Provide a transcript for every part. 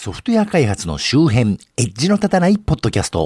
ソフトウェア開発の周辺、エッジの立たないポッドキャスト。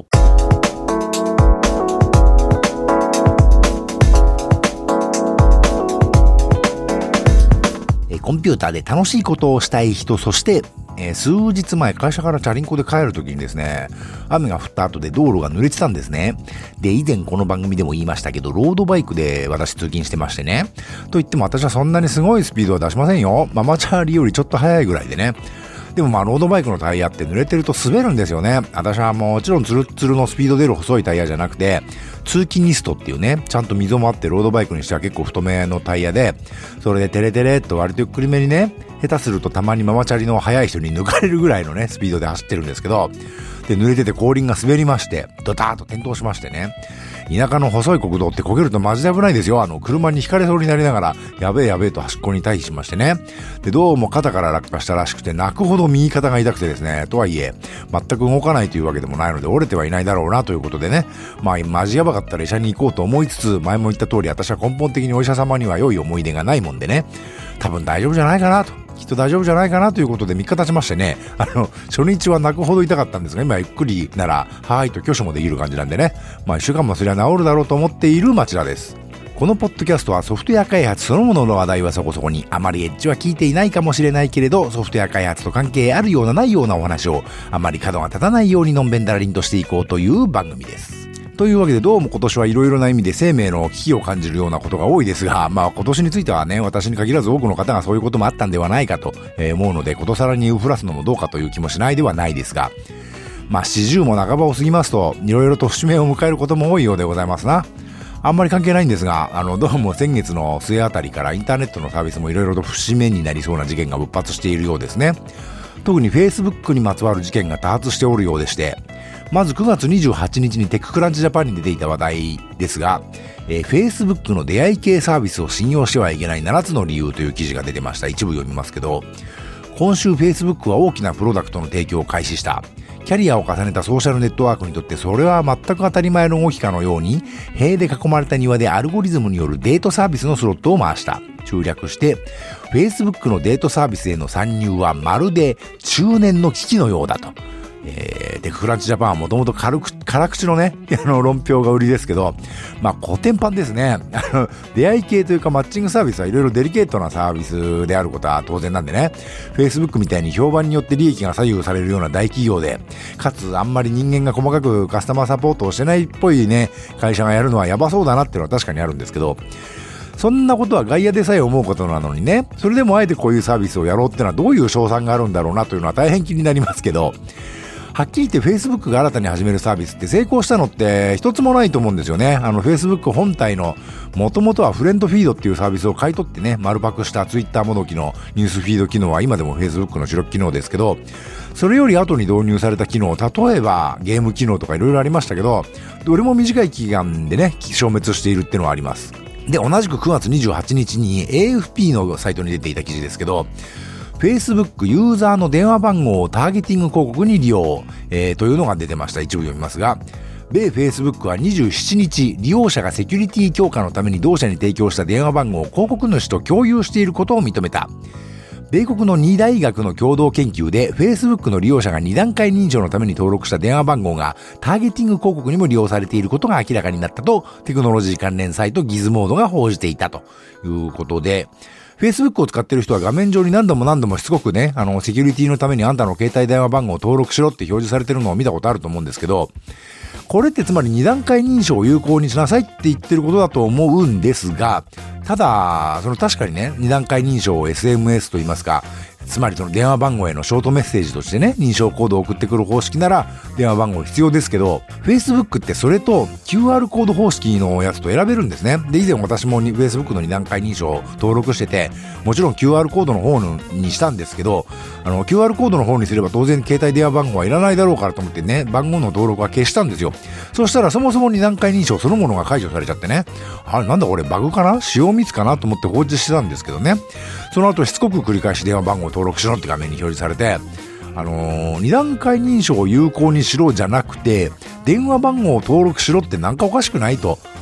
コンピューターで楽しいことをしたい人、そして、数日前会社からチャリンコで帰るときにですね、雨が降った後で道路が濡れてたんですね。で、以前この番組でも言いましたけど、ロードバイクで私通勤してましてね。と言っても私はそんなにすごいスピードは出しませんよ。ママチャリよりちょっと速いぐらいでね。でもロードバイクのタイヤって濡れてると滑るんですよね。私はもちろんツルッツルのスピード出る細いタイヤじゃなくて、通勤ニストっていうね、ちゃんと溝もあってロードバイクにしては結構太めのタイヤで、それでテレテレっと割とゆっくりめにね、下手するとたまにママチャリの速い人に抜かれるぐらいのね、スピードで走ってるんですけど、で、濡れてて後輪が滑りまして、ドターッと転倒しましてね。田舎の細い国道って焦げるとマジで危ないですよ。車にひかれそうになりながら、やべえと端っこに退避しましてね。で、どうも肩から落下したらしくて、泣くほど右肩が痛くてですね。とはいえ、全く動かないというわけでもないので、折れてはいないだろうなということでね。マジやばかったら医者に行こうと思いつつ、前も言った通り、私は根本的にお医者様には良い思い出がないもんでね。多分大丈夫じゃないかなと。きっと大丈夫じゃないかなということで3日経ちましてね、初日は泣くほど痛かったんですが、今ゆっくりなら、はーいと挙手もできる感じなんでね、1週間もすりゃ治るだろうと思っている町田です。このポッドキャストはソフトウェア開発そのものの話題はそこそこに、あまりエッジは聞いていないかもしれないけれど、ソフトウェア開発と関係あるようなないようなお話を、あまり角が立たないようにのんべんだらりんとしていこうという番組です。というわけでどうも今年はいろいろな意味で生命の危機を感じるようなことが多いですが、今年についてはね、私に限らず多くの方がそういうこともあったんではないかと思うので、ことさらに降らすのもどうかという気もしないではないですが、40も半ばを過ぎますと、いろいろと節目を迎えることも多いようでございますな。あんまり関係ないんですが、どうも先月の末あたりからインターネットのサービスもいろいろと節目になりそうな事件が勃発しているようですね。特に Facebook にまつわる事件が多発しておるようでして、まず9月28日にテッククランチジャパンに出ていた話題ですが、Facebook の出会い系サービスを信用してはいけない7つの理由という記事が出てました。一部読みますけど、今週 Facebook は大きなプロダクトの提供を開始した。キャリアを重ねたソーシャルネットワークにとってそれは全く当たり前の動きかのように、塀で囲まれた庭でアルゴリズムによるデートサービスのスロットを回した。中略して、Facebook のデートサービスへの参入はまるで中年の危機のようだと。テククランチジャパンはもともと辛口のね、論評が売りですけど、コテンパンですね。出会い系というかマッチングサービスはいろいろデリケートなサービスであることは当然なんでね、Facebook みたいに評判によって利益が左右されるような大企業で、かつあんまり人間が細かくカスタマーサポートをしてないっぽいね、会社がやるのはやばそうだなっていうのは確かにあるんですけど、そんなことは外野でさえ思うことなのにね、それでもあえてこういうサービスをやろうっていうのはどういう勝算があるんだろうなというのは大変気になりますけど、はっきり言って Facebook が新たに始めるサービスって成功したのって一つもないと思うんですよね。Facebook 本体の元々はフレンドフィードっていうサービスを買い取ってね、丸パクした Twitter もどきのニュースフィード機能は今でも Facebook の主力機能ですけど、それより後に導入された機能、例えばゲーム機能とかいろいろありましたけど、どれも短い期間でね、消滅しているっていうのはあります。で、同じく9月28日に AFP のサイトに出ていた記事ですけど、Facebook ユーザーの電話番号をターゲティング広告に利用、というのが出てました。一部読みますが、米 Facebook は27日、利用者がセキュリティ強化のために同社に提供した電話番号を広告主と共有していることを認めた。米国の2大学の共同研究で Facebook の利用者が2段階認証のために登録した電話番号がターゲティング広告にも利用されていることが明らかになったとテクノロジー関連サイトギズモードが報じていたということで、Facebook を使っている人は画面上に何度もしつこくね、セキュリティのためにあんたの携帯電話番号を登録しろって表示されてるのを見たことあると思うんですけど、これってつまり2段階認証を有効にしなさいって言ってることだと思うんですが、ただ、確かにね、2段階認証を SMS と言いますか、つまりその電話番号へのショートメッセージとしてね、認証コードを送ってくる方式なら電話番号必要ですけど、Facebook ってそれと QR コード方式のやつと選べるんですね。で、以前私も Facebook の2段階認証を登録してて、もちろん QR コードの方にしたんですけど、QR コードの方にすれば当然携帯電話番号はいらないだろうからと思ってね、番号の登録は消したんですよ。そしたらそもそも2段階認証そのものが解除されちゃってね、なんだこれバグかな、使用ミスかなと思って放置してたんですけどね、その後しつこく繰り返し電話番号を登録しろって画面に表示されて、2段階認証を有効にしろじゃなくて電話番号を登録しろってなんかおかしくないと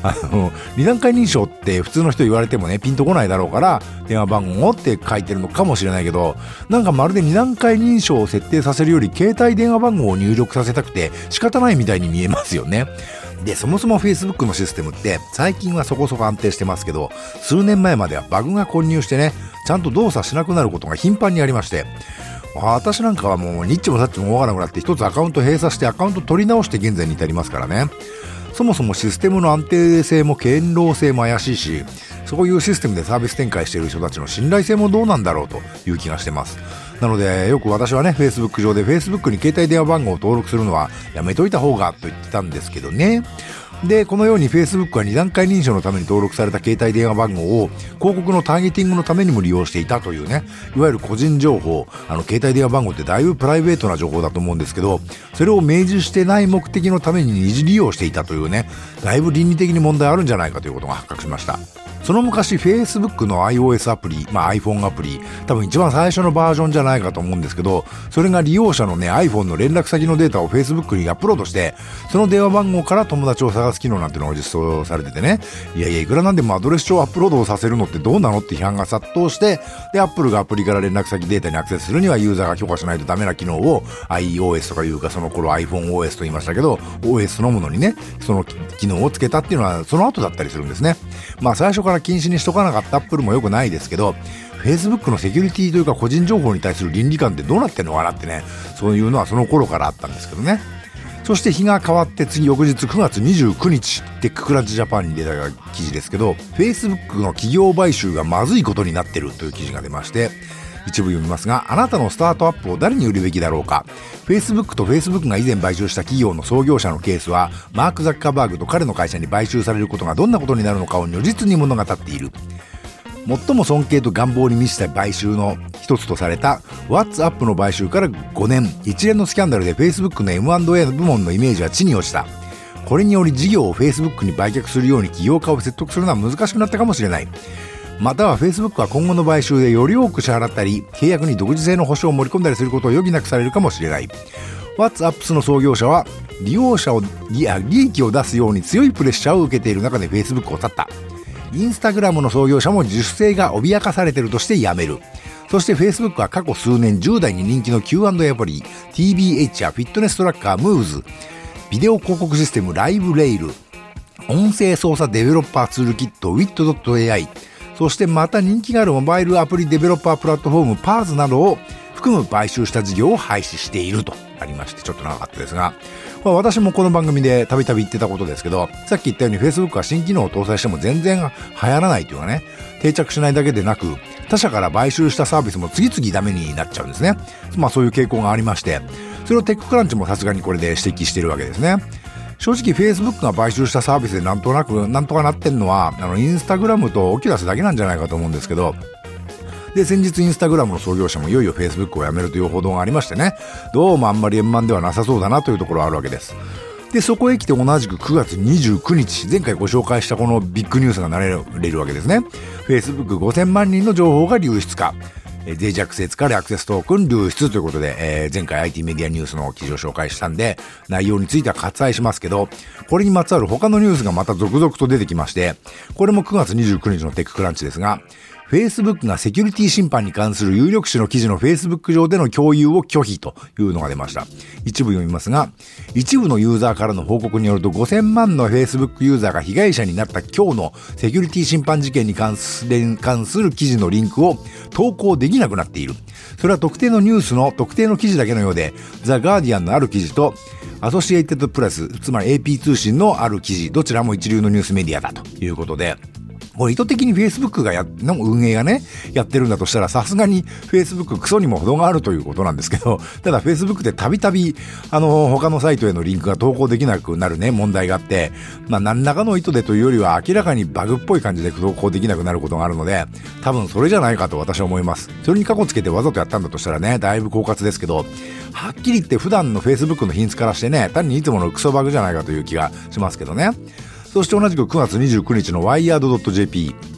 二段階認証って普通の人言われてもね、ピンとこないだろうから、電話番号って書いてるのかもしれないけど、なんかまるで二段階認証を設定させるより、携帯電話番号を入力させたくて仕方ないみたいに見えますよね。で、そもそも Facebook のシステムって最近はそこそこ安定してますけど、数年前まではバグが混入してね、ちゃんと動作しなくなることが頻繁にありまして、私なんかはもうニッチもサッチもわからなくなって、一つアカウント閉鎖してアカウント取り直して現在に至りますからね。そもそもシステムの安定性も堅牢性も怪しいし、そういうシステムでサービス展開している人たちの信頼性もどうなんだろうという気がしてます。なのでよく私はね、 Facebook 上で Facebook に携帯電話番号を登録するのはやめといた方がと言ってたんですけどね。で、このように Facebook は二段階認証のために登録された携帯電話番号を広告のターゲティングのためにも利用していたというね、いわゆる個人情報、携帯電話番号ってだいぶプライベートな情報だと思うんですけど、それを明示してない目的のために二次利用していたというね、だいぶ倫理的に問題あるんじゃないかということが発覚しました。その昔 Facebook の iOS アプリ、iPhone アプリ、多分一番最初のバージョンじゃないかと思うんですけど、それが利用者のね iPhone の連絡先のデータを Facebook にアップロードして、その電話番号から友達を探す機能なんてのが実装されててね、いくらなんでもアドレス帳をアップロードをさせるのってどうなのって批判が殺到して、で Apple がアプリから連絡先データにアクセスするにはユーザーが許可しないとダメな機能を iOS とかいうか、その頃 iPhoneOS と言いましたけど OS そのものにね、その機能をつけたっていうのはその後だったりするんですね。最初から禁止にしとかなかった Apple も良くないですけど、 Facebook のセキュリティというか個人情報に対する倫理観ってどうなってんのかなってね、そういうのはその頃からあったんですけどね。そして日が変わって翌日9月29日テッククランチジャパンに出た記事ですけど、 Facebook の企業買収がまずいことになってるという記事が出まして、一部読みますが、あなたのスタートアップを誰に売るべきだろうか。 Facebook と Facebook が以前買収した企業の創業者のケースは、マーク・ザッカーバーグと彼の会社に買収されることがどんなことになるのかを如実に物語っている。最も尊敬と願望に満ちた買収の一つとされた WhatsApp の買収から5年、一連のスキャンダルで Facebook の M&A 部門のイメージは地に落ちた。これにより事業を Facebook に売却するように起業家を説得するのは難しくなったかもしれない。または Facebook は今後の買収でより多く支払ったり、契約に独自性の保証を盛り込んだりすることを余儀なくされるかもしれない。WhatsApp の創業者は利用者を利益を出すように強いプレッシャーを受けている中で Facebook を去った。インスタグラムの創業者も自主性が脅かされているとして辞める。そして Facebook は過去数年10代に人気の Q&A アプリ TBH やフィットネストラッカー Moves、 ビデオ広告システム LiveRail、 音声操作デベロッパーツールキット Wit.ai、 そしてまた人気があるモバイルアプリデベロッパープラットフォーム PaaS などを含む買収した事業を廃止しているとありまして、ちょっと長かったですが、私もこの番組でたびたび言ってたことですけど、さっき言ったように Facebook は新機能を搭載しても全然流行らないというかね、定着しないだけでなく、他社から買収したサービスも次々ダメになっちゃうんですね。そういう傾向がありまして、それをテッククランチもさすがにこれで指摘してるわけですね。正直 Facebook が買収したサービスでなんとかなってんのはインスタグラムとオキュラスだけなんじゃないかと思うんですけど、で、先日インスタグラムの創業者もいよいよ Facebook を辞めるという報道がありましてね、どうもあんまり円満ではなさそうだなというところがあるわけです。で、そこへ来て同じく9月29日、前回ご紹介したこのビッグニュースが流れるわけですね。Facebook 5000万人の情報が流出か。脆弱性疲れアクセストークン流出ということで、前回 IT メディアニュースの記事を紹介したんで、内容については割愛しますけど、これにまつわる他のニュースがまた続々と出てきまして、これも9月29日のテッククランチですが、Facebook がセキュリティ侵犯に関する有力紙の記事の Facebook 上での共有を拒否というのが出ました。一部読みますが、一部のユーザーからの報告によると5000万の Facebook ユーザーが被害者になった今日のセキュリティ侵犯事件に関する記事のリンクを投稿できなくなっている。それは特定のニュースの特定の記事だけのようで、ザ・ガーディアンのある記事とアソシエイテッドプレス、つまり AP 通信のある記事、どちらも一流のニュースメディアだということで、これ意図的に Facebook の運営がね、やってるんだとしたら、さすがに Facebook クソにも程があるということなんですけど、ただ Facebook でたびたび、他のサイトへのリンクが投稿できなくなるね、問題があって、何らかの意図でというよりは明らかにバグっぽい感じで投稿できなくなることがあるので、多分それじゃないかと私は思います。それに過去つけてわざとやったんだとしたらね、だいぶ狡猾ですけど、はっきり言って普段の Facebook の品質からしてね、単にいつものクソバグじゃないかという気がしますけどね。そして同じく9月29日の Wired.jp、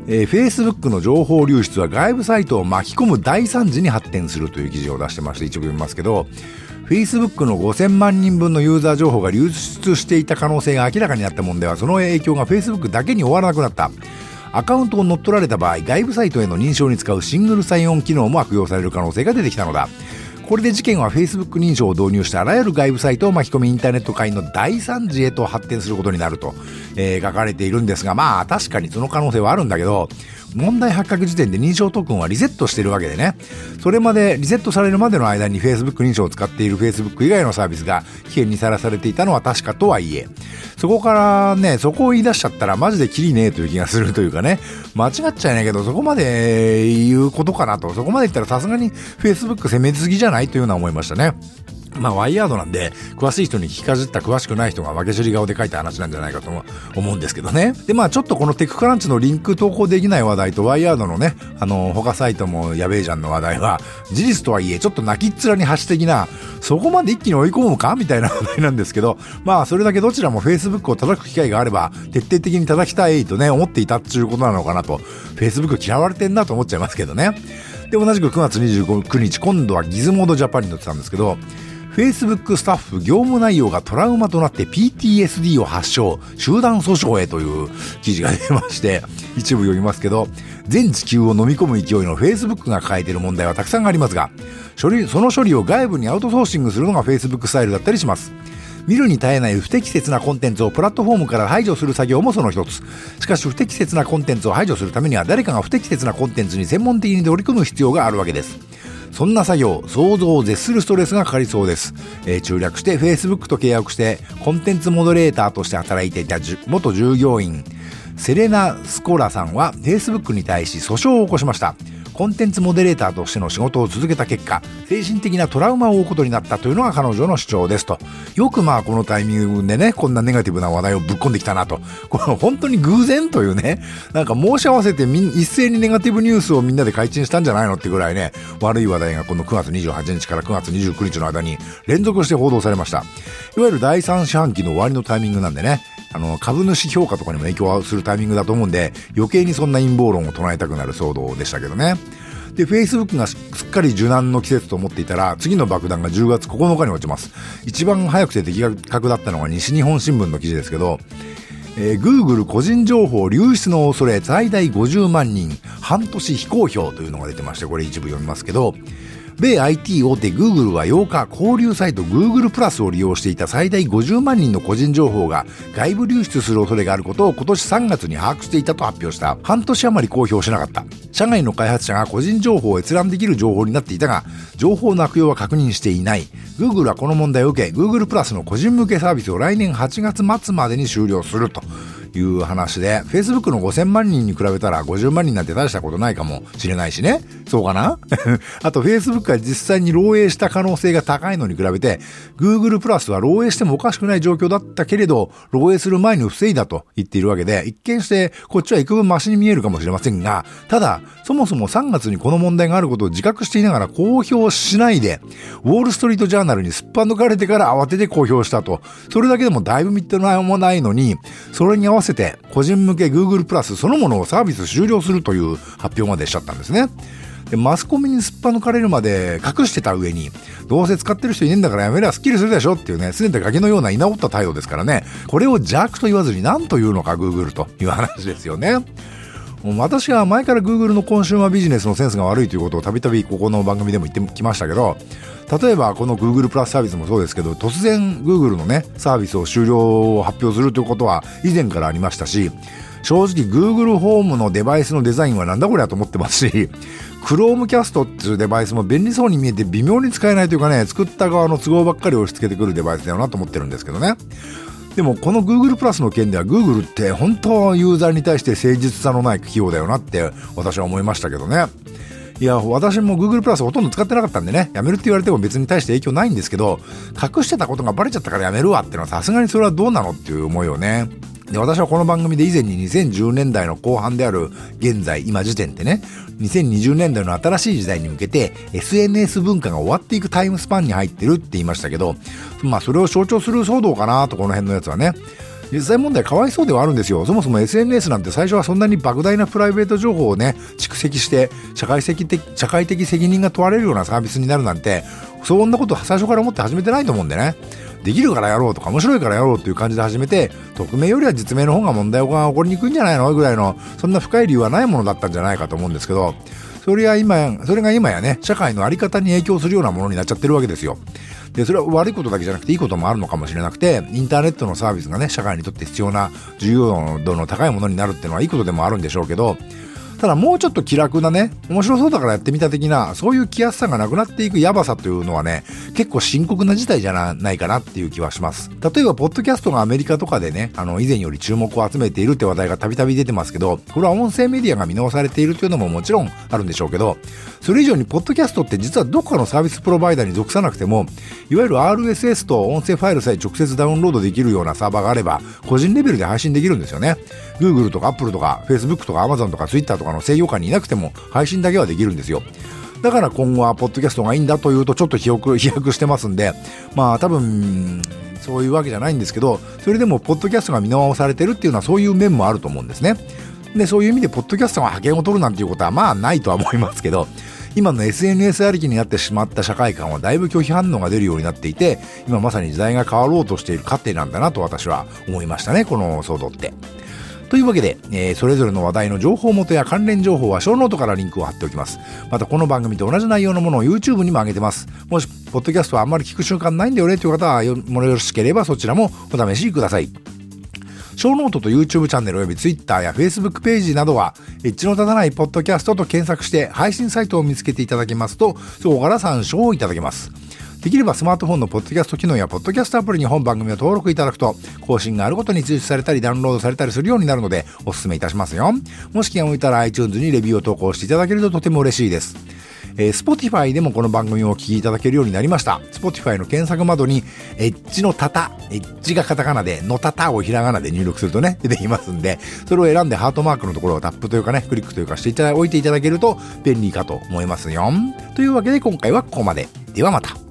Facebook の情報流出は外部サイトを巻き込む大惨事に発展するという記事を出してまして、一部読みますけど、Facebook の5000万人分のユーザー情報が流出していた可能性が明らかになった問題は、その影響が Facebook だけに終わらなくなった。アカウントを乗っ取られた場合、外部サイトへの認証に使うシングルサインオン機能も悪用される可能性が出てきたのだ。これで事件は Facebook 認証を導入したあらゆる外部サイトを巻き込みインターネット界の大惨事へと発展することになると、書かれているんですが、まあ確かにその可能性はあるんだけど、問題発覚時点で認証トークンはリセットしてるわけでね、それまでリセットされるまでの間に Facebook 認証を使っている Facebook 以外のサービスが危険にさらされていたのは確かとはいえ、そこからね、そこを言い出しちゃったらマジでキリねえという気がするというかね、間違っちゃいないけどそこまで言うことかなと、そこまで言ったらさすがに Facebook 攻めすぎじゃないというのは思いましたね。まあワイヤードなんで詳しい人に聞きかじった詳しくない人が負け知り顔で書いた話なんじゃないかと思うんですけどね。でまあちょっとこのテッククランチのリンク投稿できない話題とワイヤードのね他サイトもやべえじゃんの話題は事実とはいえちょっと泣きっ面に橋的な、そこまで一気に追い込むかみたいな話題なんですけど、まあそれだけどちらも Facebook を叩く機会があれば徹底的に叩きたいとね思っていたっていうことなのかなと。 Facebook 嫌われてんなと思っちゃいますけどね。で同じく9月29日今度はギズモードジャパンに載ってたんですけど、Facebook スタッフ業務内容がトラウマとなって PTSD を発症、集団訴訟へという記事が出まして、一部読みますけど、全地球を飲み込む勢いの Facebook が抱えている問題はたくさんありますが、その処理を外部にアウトソーシングするのが Facebook スタイルだったりします。見るに耐えない不適切なコンテンツをプラットフォームから排除する作業もその一つ。しかし不適切なコンテンツを排除するためには誰かが不適切なコンテンツに専門的に取り組む必要があるわけです。そんな作業、想像を絶するストレスがかかりそうです。中略して Facebook と契約してコンテンツモデレーターとして働いていた元従業員セレナ・スコラさんは Facebook に対し訴訟を起こしました。コンテンツモデレーターとしての仕事を続けた結果、精神的なトラウマを負うことになったというのが彼女の主張ですと。よくまあこのタイミングでね、こんなネガティブな話題をぶっ込んできたなと。これ本当に偶然というね、なんか申し合わせて一斉にネガティブニュースをみんなで開陳したんじゃないのってぐらいね、悪い話題がこの9月28日から9月29日の間に連続して報道されました。いわゆる第3四半期の終わりのタイミングなんでね、株主評価とかにも影響するタイミングだと思うんで、余計にそんな陰謀論を唱えたくなる騒動でしたけどね。で Facebook がすっかり受難の季節と思っていたら、次の爆弾が10月9日に落ちます。一番早くて的確だったのが西日本新聞の記事ですけど、Google 個人情報流出の恐れ最大50万人半年非公表というのが出てまして、これ一部読みますけど、米 IT 大手 Google は8日、交流サイト Google プラスを利用していた最大50万人の個人情報が外部流出する恐れがあることを今年3月に把握していたと発表した。半年余り公表しなかった。社外の開発者が個人情報を閲覧できる情報になっていたが、情報の悪用は確認していない。Google はこの問題を受け、Google プラスの個人向けサービスを来年8月末までに終了するという話で、 Facebook の5000万人に比べたら50万人なんて大したことないかもしれないしね。そうかなあと Facebook が実際に漏洩した可能性が高いのに比べて Google プラスは漏洩してもおかしくない状況だったけれど、漏洩する前に防いだと言っているわけで、一見してこっちは幾分マシに見えるかもしれませんが、ただそもそも3月にこの問題があることを自覚していながら公表しないで、ウォールストリートジャーナルにすっぱ抜かれてから慌てて公表したと。それだけでもだいぶみっともないのに、それに合わせて個人向け Google プラスそのものをサービス終了するという発表までしちゃったんですね。でマスコミにすっぱ抜かれるまで隠してた上に、どうせ使ってる人いねえんだからやめりゃスッキリするでしょっていうね、すねたガキのような居直った態度ですからね。これを邪悪と言わずに何というのか Google という話ですよね。私は前から Google のコンシューマービジネスのセンスが悪いということをたびたびここの番組でも言ってきましたけど、例えばこの Google プラスサービスもそうですけど、突然 Google のねサービスを終了を発表するということは以前からありましたし、正直 Google ホームのデバイスのデザインはなんだこれだと思ってますし、Chromecast っていうデバイスも便利そうに見えて微妙に使えないというかね、作った側の都合ばっかり押し付けてくるデバイスだよなと思ってるんですけどね。でもこの Google プラスの件では Google って本当ユーザーに対して誠実さのない企業だよなって私は思いましたけどね。いや私も Google プラスほとんど使ってなかったんでね、やめるって言われても別に対して影響ないんですけど、隠してたことがバレちゃったからやめるわっていうのはさすがにそれはどうなのっていう思いをね。で私はこの番組で以前に2010年代の後半である現在今時点でね、2020年代の新しい時代に向けて SNS 文化が終わっていくタイムスパンに入ってるって言いましたけど、まあそれを象徴する騒動かなと、この辺のやつはね。 実際問題かわいそうではあるんですよ。そもそも SNS なんて最初はそんなに莫大なプライベート情報をね蓄積して社会的責任が問われるようなサービスになるなんて、そんなこと最初から思って始めてないと思うんでね。できるからやろうとか面白いからやろうっていう感じで始めて、匿名よりは実名の方が問題が起こりにくいんじゃないのぐらいの、そんな深い理由はないものだったんじゃないかと思うんですけど、それが今やね社会の在り方に影響するようなものになっちゃってるわけですよ。でそれは悪いことだけじゃなくていいこともあるのかもしれなくて、インターネットのサービスがね社会にとって必要な重要度の高いものになるっていうのはいいことでもあるんでしょうけど、ただもうちょっと気楽なね、面白そうだからやってみた的な、そういう気安さがなくなっていくやばさというのはね、結構深刻な事態じゃないかなっていう気はします。例えばポッドキャストがアメリカとかでね、以前より注目を集めているって話題がたびたび出てますけど、これは音声メディアが見直されているというのももちろんあるんでしょうけど、それ以上にポッドキャストって実はどこかのサービスプロバイダーに属さなくても、いわゆる RSS と音声ファイルさえ直接ダウンロードできるようなサーバーがあれば、個人レベルで配信できるんですよね。Google とか Apple とか Facebook とか Amazon とか Twitter とかの制御下にいなくても配信だけはできるんですよ。だから今後はポッドキャストがいいんだというとちょっと飛躍してますんで、まあ多分そういうわけじゃないんですけど、それでもポッドキャストが見直されてるっていうのはそういう面もあると思うんですね。でそういう意味でポッドキャストが覇権を取るなんていうことはまあないとは思いますけど、今の SNS ありきになってしまった社会観はだいぶ拒否反応が出るようになっていて、今まさに時代が変わろうとしている過程なんだなと私は思いましたね、この騒動って。というわけで、それぞれの話題の情報元や関連情報はショーノートからリンクを貼っておきます。またこの番組と同じ内容のものを YouTube にも上げてます。もしポッドキャストはあんまり聞く習慣ないんだよねという方はよろしければそちらもお試しください。ショーノートと YouTube チャンネルおよび Twitter や Facebook ページなどはエッジの立たないポッドキャストと検索して配信サイトを見つけていただけますと、そこから参照いただけます。できればスマートフォンのポッドキャスト機能やポッドキャストアプリに本番組を登録いただくと更新があることに通知されたりダウンロードされたりするようになるのでお勧めいたしますよ。もし気が向いたら iTunes にレビューを投稿していただけるととても嬉しいです。Spotify でもこの番組をお聞きいただけるようになりました。Spotify の検索窓にエッジのタタ、エッジがカタカナでのタタをひらがなで入力するとね出てきますんで、それを選んでハートマークのところをタップというかねクリックというかしておいていただけると便利かと思いますよ。というわけで今回はここまで。ではまた。